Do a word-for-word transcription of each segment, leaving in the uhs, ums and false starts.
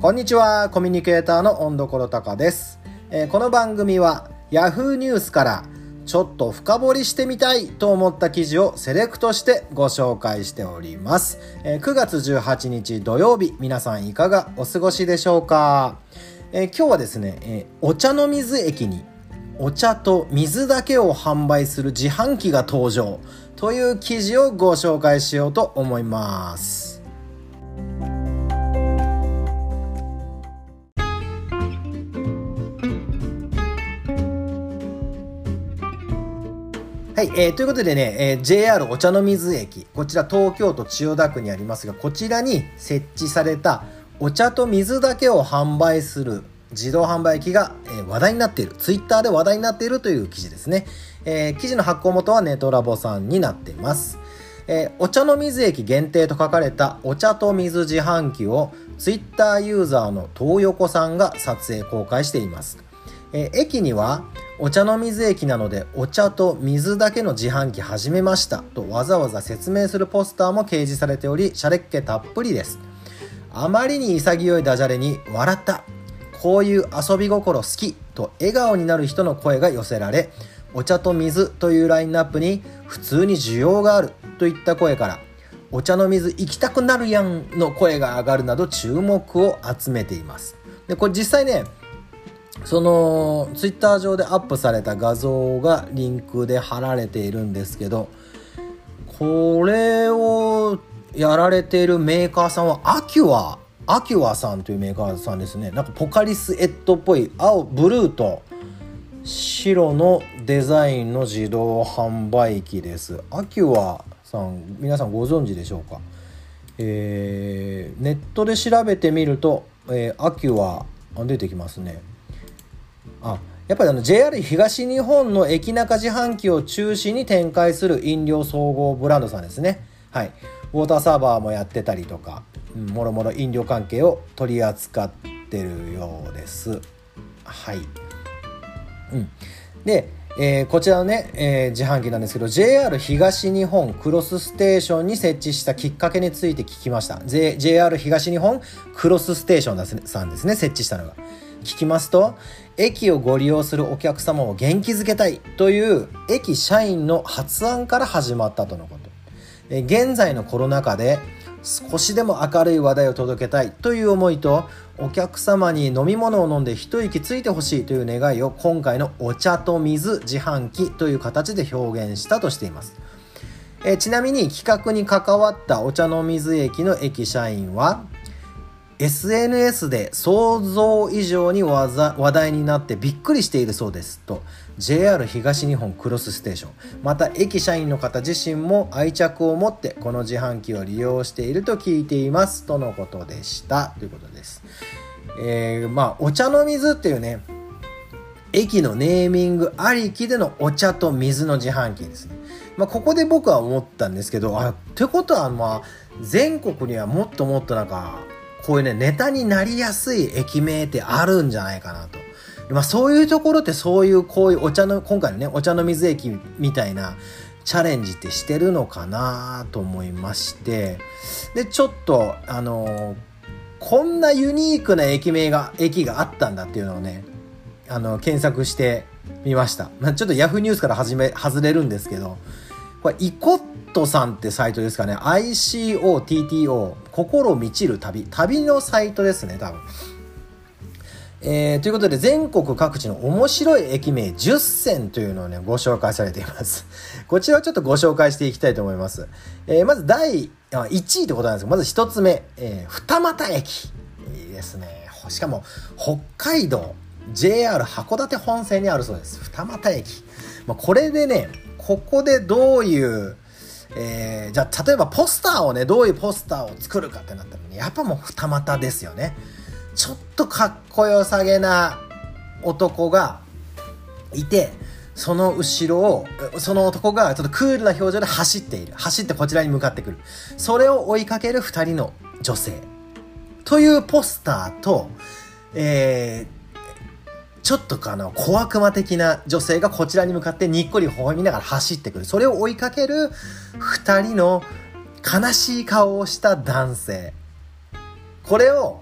こんにちは、コミュニケーターの温所隆です、えー、この番組は Yahoo ニュースからちょっと深掘りしてみたいと思った記事をセレクトしてご紹介しております、えー、くがつじゅうはちにち土曜日、皆さんいかがお過ごしでしょうか。えー、今日はですね、えー、お茶の水駅にお茶と水だけを販売する自販機が登場という記事をご紹介しようと思います。はい、えー、ということでね、えー、ジェイアール お茶の水駅、こちら東京都千代田区にありますが、こちらに設置されたお茶と水だけを販売する自動販売機が、えー、話題になっている、ツイッターで話題になっているという記事ですね。えー、記事の発行元はネトラボさんになっています。えー、お茶の水駅限定と書かれたお茶と水自販機をツイッターユーザーの東横さんが撮影公開しています。えー、駅にはお茶の水駅なのでお茶と水だけの自販機始めましたとわざわざ説明するポスターも掲示されており、シャレっ気たっぷりです。あまりに潔いダジャレに笑った、こういう遊び心好きと笑顔になる人の声が寄せられ、お茶と水というラインナップに普通に需要があるといった声から、お茶の水行きたくなるやんの声が上がるなど注目を集めています。で、これ実際ね、そのツイッター上でアップされた画像がリンクで貼られているんですけど、これをやられているメーカーさんはアキュアアキュアさんというメーカーさんですね。なんかポカリスエットっぽい青ブルーと白のデザインの自動販売機です。アキュアさん、皆さんご存知でしょうか。えー、ネットで調べてみると、えー、アキュア出てきますね。あ、やっぱりあの ジェイアール 東日本の駅中自販機を中心に展開する飲料総合ブランドさんですね。はい、ウォーターサーバーもやってたりとか、うん、もろもろ飲料関係を取り扱ってるようです。はい、うん、で、えー、こちらのね、えー、自販機なんですけど、 ジェイアール 東日本クロスステーションに設置したきっかけについて聞きました。 ジェイアール 東日本クロスステーションさんですね、設置したのが。聞きますと、駅をご利用するお客様を元気づけたいという駅社員の発案から始まったとのこと。え現在のコロナ禍で少しでも明るい話題を届けたいという思いと、お客様に飲み物を飲んで一息ついてほしいという願いを今回のお茶と水自販機という形で表現したとしています。えちなみに企画に関わったお茶の水駅の駅社員は、エスエヌエス で想像以上に話題になってびっくりしているそうですと ジェイアール 東日本クロスステーション、また駅社員の方自身も愛着を持ってこの自販機を利用していると聞いていますとのことでしたということです。えー、まあお茶の水っていうね、駅のネーミングありきでのお茶と水の自販機ですね。まあ、ここで僕は思ったんですけど、あってことはまあ全国にはもっともっとなんかこういうね、ネタになりやすい駅名ってあるんじゃないかなと。まあそういうところってそういうこういうお茶の、今回のね、お茶の水駅みたいなチャレンジってしてるのかなと思いまして、で、ちょっと、あのー、こんなユニークな駅名が、駅があったんだっていうのをね、あの、検索してみました。まあ、ちょっと Yahoo ニュースから始め、外れるんですけど、これ、イコットさんってサイトですかね。アイシーオーティーティーオー、心満ちる旅。旅のサイトですね、多分。えー、ということで、全国各地の面白い駅名じゅっせんというのをね、ご紹介されています。こちらをちょっとご紹介していきたいと思います。えー、まずだいいちいということなんですけど、まずひとつめ、えー、二俣駅。いいですね。しかも、北海道、ジェイアール 函館本線にあるそうです。二俣駅。まあ、これでね、ここでどういう、えー、じゃあ例えばポスターをね、どういうポスターを作るかってなったらね、やっぱもう二股ですよね。ちょっとかっこよさげな男がいて、その後ろをその男がちょっとクールな表情で走っている、走ってこちらに向かってくる、それを追いかける二人の女性というポスターと、えーちょっとあの小悪魔的な女性がこちらに向かってにっこり微笑みながら走ってくる、それを追いかける二人の悲しい顔をした男性、これを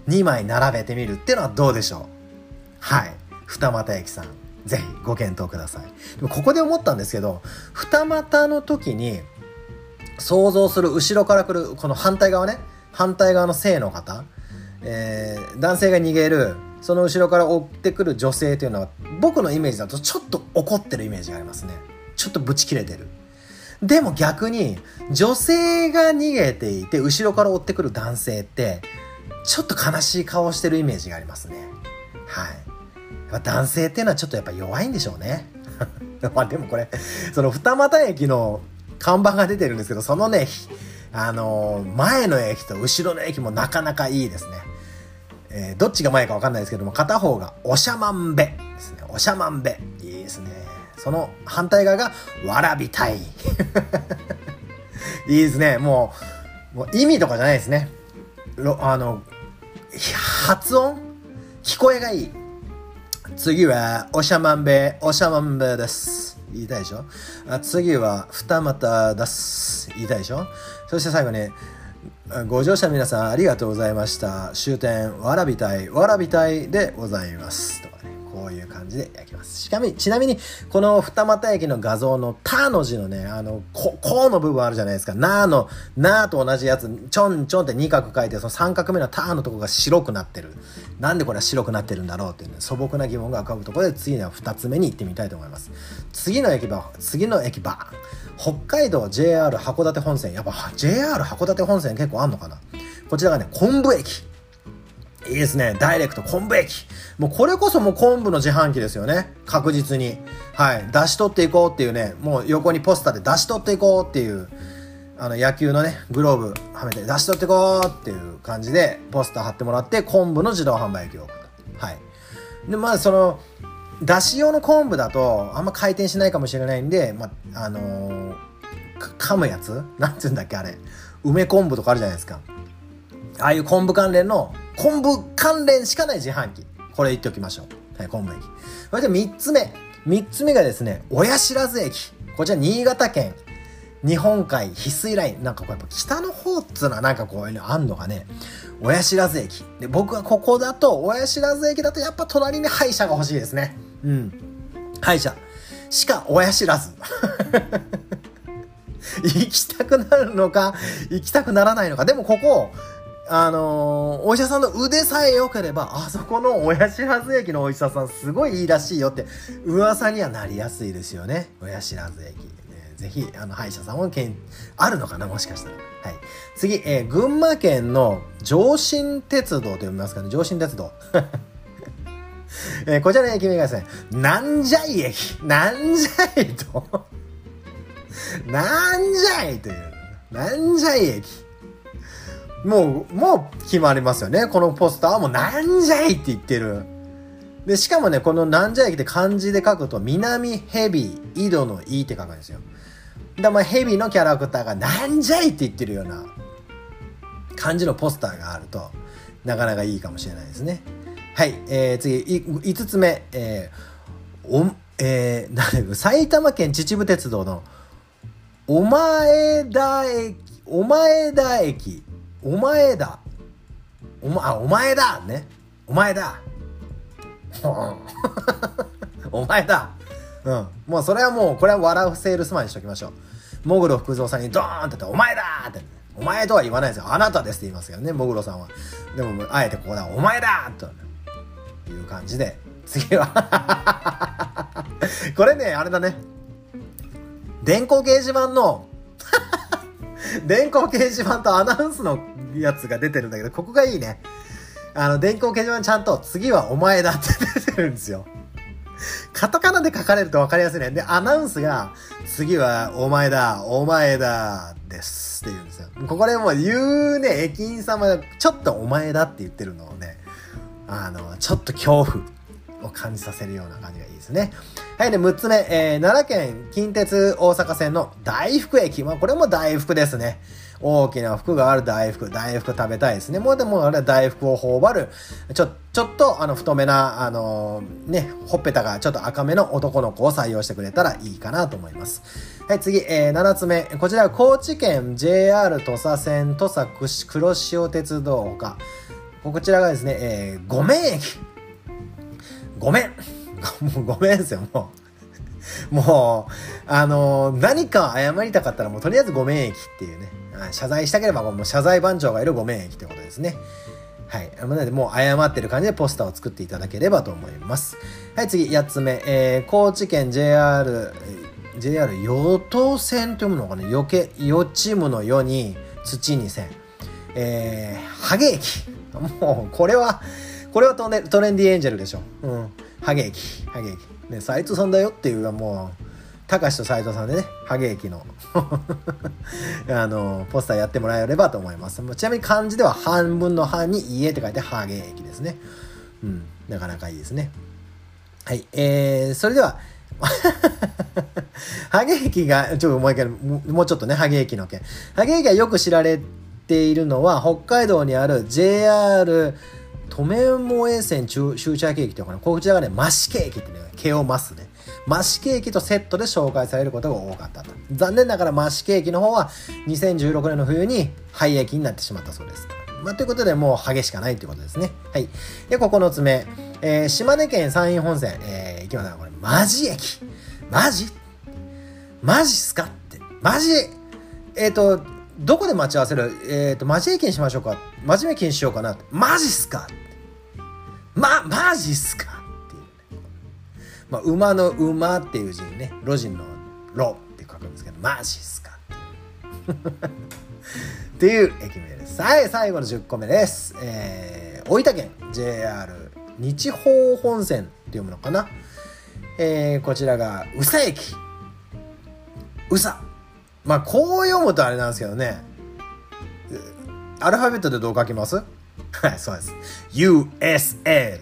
にまい並べてみるっていうのはどうでしょう。はい。二俣駅さん、ぜひご検討ください。でもここで思ったんですけど、二股の時に想像する後ろから来るこの反対側ね、反対側の性の方、えー、男性が逃げる、その後ろから追ってくる女性というのは、僕のイメージだとちょっと怒ってるイメージがありますね。ちょっとブチ切れてる。でも逆に女性が逃げていて後ろから追ってくる男性ってちょっと悲しい顔してるイメージがありますね。はい。やっぱ男性っていうのはちょっとやっぱ弱いんでしょうね。まあでもこれその二俣駅の看板が出てるんですけど、そのね、あのー、前の駅と後ろの駅もなかなかいいですね。えー、どっちが前か分かんないですけども、片方がおしゃまんべですね。おしゃまんべ、いいですね。その反対側がわらびたい。いいですね。もう、もう意味とかじゃないですね。あの発音、聞こえがいい。次はおしゃまんべ、おしゃまんべです、言いたいでしょ。あ、次は二股です、言いたいでしょ。そして最後に、ご乗車の皆さんありがとうございました。終点わらびたい、わらびたいでございますとかね、こういう感じで焼きます。しかもちなみにこの二俣駅の画像のたの字のね、あのここの部分あるじゃないですか。なのなと同じやつちょんちょんってに画書いて、そのさん画目のたのとこが白くなってる。なんでこれは白くなってるんだろうっていう、ね、素朴な疑問が浮かぶところで、次のふたつめに行ってみたいと思います。次の駅場、次の駅場、北海道 ジェイアール 函館本線。やっぱ ジェイアール 函館本線結構あんのかな。こちらがね、昆布駅。いいですね。ダイレクト昆布駅。もうこれこそもう昆布の自販機ですよね。確実に。はい。出し取っていこうっていうね、もう横にポスターで出し取っていこうっていう、あの野球のね、グローブはめて出し取っていこうっていう感じでポスター貼ってもらって、昆布の自動販売機を置くと。はい。で、まあその、出し用の昆布だとあんま回転しないかもしれないんで、まあ、あのー、噛むやつなんて言うんだっけあれ。梅昆布とかあるじゃないですか。ああいう昆布関連の、昆布関連しかない自販機。これ言っておきましょう。はい、昆布駅。それでみっつめ。みっつめがですね、親不知駅。こちら新潟県。日本海翡翠ライン。なんかこうやっぱ北の方っつうのはなんかこういうのあんのかね。親不知駅。で、僕はここだと、親不知駅だとやっぱ隣に歯医者が欲しいですね。うん。歯医者。しか親知らず。行きたくなるのか、行きたくならないのか。でもここ、あのー、お医者さんの腕さえ良ければ、あそこの親知らず駅のお医者さんすごいいいらしいよって噂にはなりやすいですよね。親知らず駅。ぜひ、あの、歯医者さんはけんあるのかな、もしかしたら。はい。次、えー、群馬県の上信鉄道と読みますかね。上信鉄道。えー、こちらの駅名がですね、なんじゃい駅。なんじゃいと。なんじゃいという。なんじゃい駅。もう、もう決まりますよね。このポスターはもうなんじゃいって言ってる。で、しかもね、このなんじゃい駅って漢字で書くと、南蛇、井戸の井って書くんですよ。だまあ蛇のキャラクターがなんじゃいって言ってるような感じのポスターがあると、なかなかいいかもしれないですね。はい、えー、次、いつつめ、えー、お、えー、なんだ埼玉県秩父鉄道の、お前田駅、お前田駅、お前田、おま、あ、お前だね。お前だ。お前だ。うん。もうそれはもう、これは笑うセールスマンにしときましょう。もぐろ福蔵さんにドーンって言ったら、お前だーって。お前とは言わないですよ。あなたですって言いますよね、もぐろさんは。でも、あえてここだ、お前だーという感じで、次は。これね、あれだね。電光掲示板の、電光掲示板とアナウンスのやつが出てるんだけど、ここがいいね。あの、電光掲示板ちゃんと、次はお前だって出てるんですよ。カタカナで書かれると分かりやすいね。で、アナウンスが、次はお前だ、お前だ、ですって言うんですよ。ここでもう言うね、駅員様がちょっとお前だって言ってるのをね、あの、ちょっと恐怖を感じさせるような感じがいいですね。はい、で、むっつめ、えー、奈良県近鉄大阪線の大福駅。まあ、これも大福ですね。大きな福がある大福。大福食べたいですね。もうでもあれは大福を頬張る。ちょ、ちょっとあの太めな、あのー、ね、ほっぺたがちょっと赤めの男の子を採用してくれたらいいかなと思います。はい、次、えー、ななつめ。こちらは高知県 ジェイアール 土佐線土佐黒潮鉄道ほか。 こちらがですね、えー、ごめん駅。ごめん。もうごめんですよ、もう。もう、あのー、何か謝りたかったらもうとりあえずごめん駅っていうね。謝罪したければもう謝罪番長がいるごめん駅ってことですね。はい。なのでもう謝ってる感じでポスターを作っていただければと思います。はい、次、やっつめ。えー、高知県 ジェイアール、ジェイアール 予都線というものがね、よけ、よチームのよに土に線。えー、ハゲ駅。もう、これは、これはトレトレンディエンジェルでしょ。うん。ハゲ駅。ハゲ駅。ね、斉藤さんだよっていうのはもう、高橋と斉藤さんでね、ハゲ駅のあのポスターやってもらえればと思います。ちなみに漢字では半分の半に家って書いてハゲ駅ですね。うん、なかなかいいですね。はい、えー、それではハゲ駅がちょっともう一回もうちょっとね、ハゲ駅の件。ハゲ駅がよく知られているのは北海道にある ジェイアール 留萌線終着駅というかな、こちらがね、増毛駅ってね、毛を増すね。増毛駅とセットで紹介されることが多かったと。残念ながら増毛駅の方はにせんじゅうろくねんの冬に廃駅になってしまったそうです。まあ、ということでもうハゲしかないということですね。はい。で、ここのつめ、えー、島根県山陰本線、えー、いきますね。これ、マジ駅。マジマジっすかって。マジえっ、ー、と、どこで待ち合わせるえっ、ー、と、マジ駅にしましょうか。マジ駅にしようかな。マジっすかって。ま、マジっすかまあ、馬の馬っていう字にね、ロジンのロって書くんですけど、マジっすかっていう駅名です。はい、最後のじゅっこめです。えー、大分県 ジェイアール 日豊本線っていうものかな。えー、こちらが宇佐駅。宇佐。まあ、こう読むとあれなんですけどね。アルファベットでどう書きます？はい、そうです。ユーエスエー です。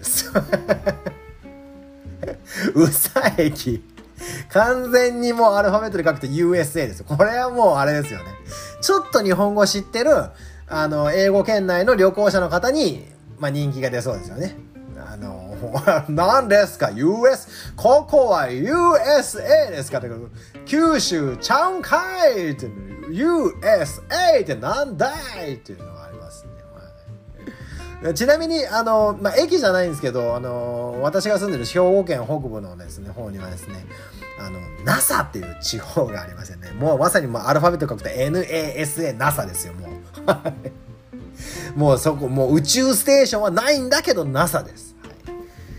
宇佐駅。完全にもうアルファベットで書くと ユーエスエー です。これはもうあれですよね。ちょっと日本語知ってる、あの、英語圏内の旅行者の方に、まあ人気が出そうですよね。あの、何ですか ユーエス、ここは ユーエスエー ですかって九州ちゃうんかいって ユーエスエー ってなんだいっていうのがありますね。ちなみに、あの、まあ、駅じゃないんですけど、あの、私が住んでる兵庫県北部のですね、方にはですね、あの、ナサ っていう地方がありますよね。もうまさにもうアルファベット書くと エヌエーエスエー、ナサ ですよ、もう。もうそこ、もう宇宙ステーションはないんだけど ナサ です。はい、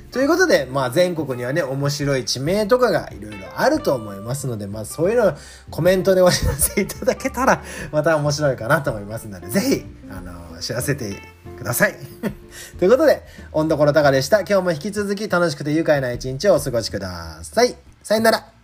ということで、まあ、全国にはね、面白い地名とかがいろいろあると思いますので、まあ、そういうのをコメントでお知らせいただけたら、また面白いかなと思いますので、ぜひ、あの、知らせてください。ということで、おんどころたかでした。今日も引き続き楽しくて愉快な一日をお過ごしください。さよなら。